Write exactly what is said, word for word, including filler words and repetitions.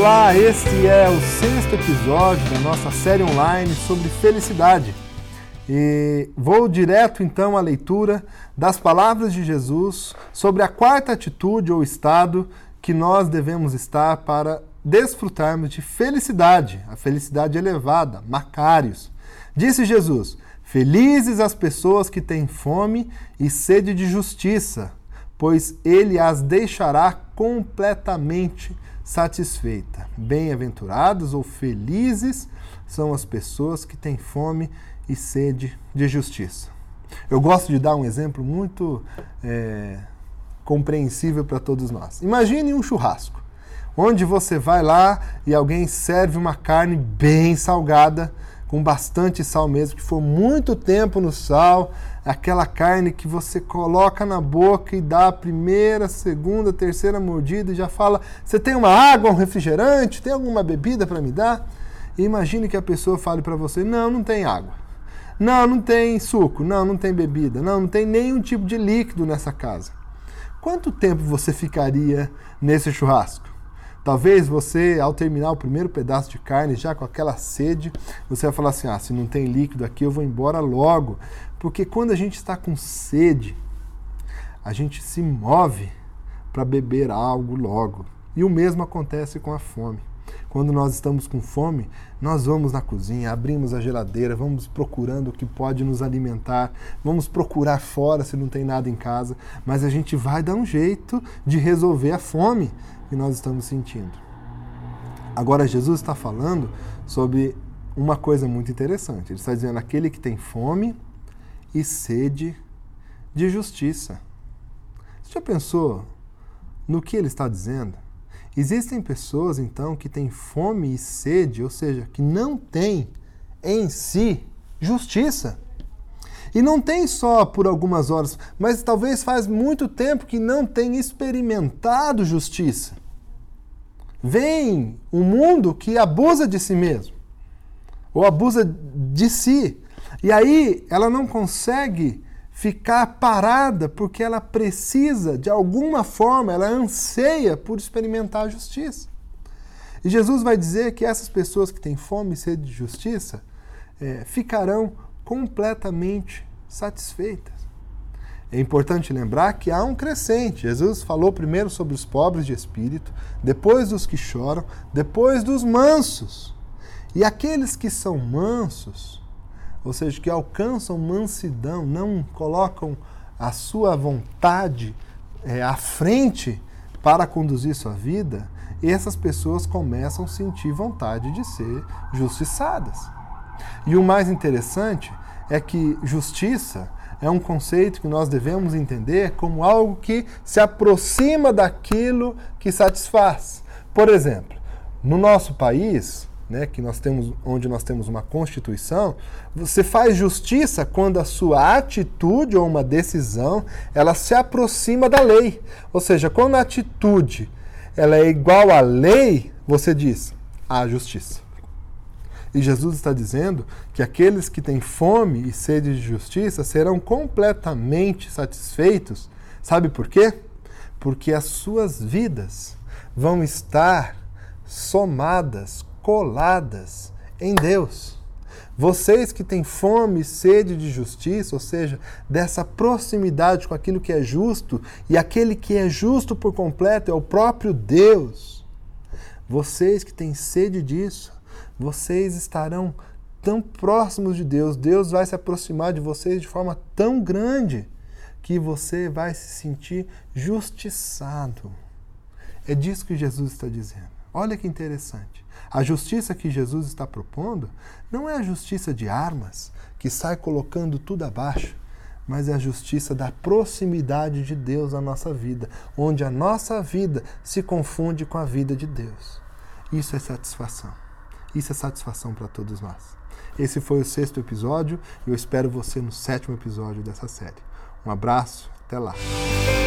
Olá, este é o sexto episódio da nossa série online sobre felicidade. E vou direto então à leitura das palavras de Jesus sobre a quarta atitude ou estado que nós devemos estar para desfrutarmos de felicidade, a felicidade elevada, Macários. Disse Jesus: felizes as pessoas que têm fome e sede de justiça, pois ele as deixará completamente satisfeita. Bem-aventurados ou felizes são as pessoas que têm fome e sede de justiça. Eu gosto de dar um exemplo muito é, compreensível para todos nós. Imagine um churrasco, onde você vai lá e alguém serve uma carne bem salgada, com bastante sal mesmo, que for muito tempo no sal, aquela carne que você coloca na boca e dá a primeira, segunda, terceira mordida e já fala: você tem uma água, um refrigerante, tem alguma bebida para me dar? E imagine que a pessoa fale para você: não, não tem água, não, não tem suco, não, não tem bebida, não, não tem nenhum tipo de líquido nessa casa. Quanto tempo você ficaria nesse churrasco? Talvez você, ao terminar o primeiro pedaço de carne, já com aquela sede, você vai falar assim: ah, se não tem líquido aqui, eu vou embora logo. Porque quando a gente está com sede, a gente se move para beber algo logo. E o mesmo acontece com a fome. Quando nós estamos com fome, nós vamos na cozinha, abrimos a geladeira, vamos procurando o que pode nos alimentar, vamos procurar fora se não tem nada em casa, mas a gente vai dar um jeito de resolver a fome que nós estamos sentindo. Agora, Jesus está falando sobre uma coisa muito interessante. Ele está dizendo: aquele que tem fome e sede de justiça. Você já pensou no que ele está dizendo? Existem pessoas, então, que têm fome e sede, ou seja, que não têm em si justiça. E não tem só por algumas horas, mas talvez faz muito tempo que não tem experimentado justiça. Vem um mundo que abusa de si mesmo, ou abusa de si. E aí ela não consegue ficar parada porque ela precisa, de alguma forma, ela anseia por experimentar a justiça. E Jesus vai dizer que essas pessoas que têm fome e sede de justiça é, ficarão completamente satisfeitas. É importante lembrar que há um crescente. Jesus falou primeiro sobre os pobres de espírito, depois dos que choram, depois dos mansos. E aqueles que são mansos, ou seja, que alcançam mansidão, não colocam a sua vontade é, à frente para conduzir sua vida, essas pessoas começam a sentir vontade de ser justiçadas. E o mais interessante é que justiça é um conceito que nós devemos entender como algo que se aproxima daquilo que satisfaz. Por exemplo, no nosso país, né, que nós temos, onde nós temos uma Constituição, você faz justiça quando a sua atitude ou uma decisão ela se aproxima da lei. Ou seja, quando a atitude ela é igual à lei, você diz: há justiça. E Jesus está dizendo que aqueles que têm fome e sede de justiça serão completamente satisfeitos. Sabe por quê? Porque as suas vidas vão estar somadas, coladas em Deus. Vocês que têm fome e sede de justiça, ou seja, dessa proximidade com aquilo que é justo, e aquele que é justo por completo é o próprio Deus. Vocês que têm sede disso, vocês estarão tão próximos de Deus, Deus vai se aproximar de vocês de forma tão grande que você vai se sentir justiçado. É disso que Jesus está dizendo. Olha que interessante. A justiça que Jesus está propondo não é a justiça de armas, que sai colocando tudo abaixo, mas é a justiça da proximidade de Deus na nossa vida, onde a nossa vida se confunde com a vida de Deus. Isso é satisfação. Isso é satisfação para todos nós. Esse foi o sexto episódio e eu espero você no sétimo episódio dessa série. Um abraço, até lá.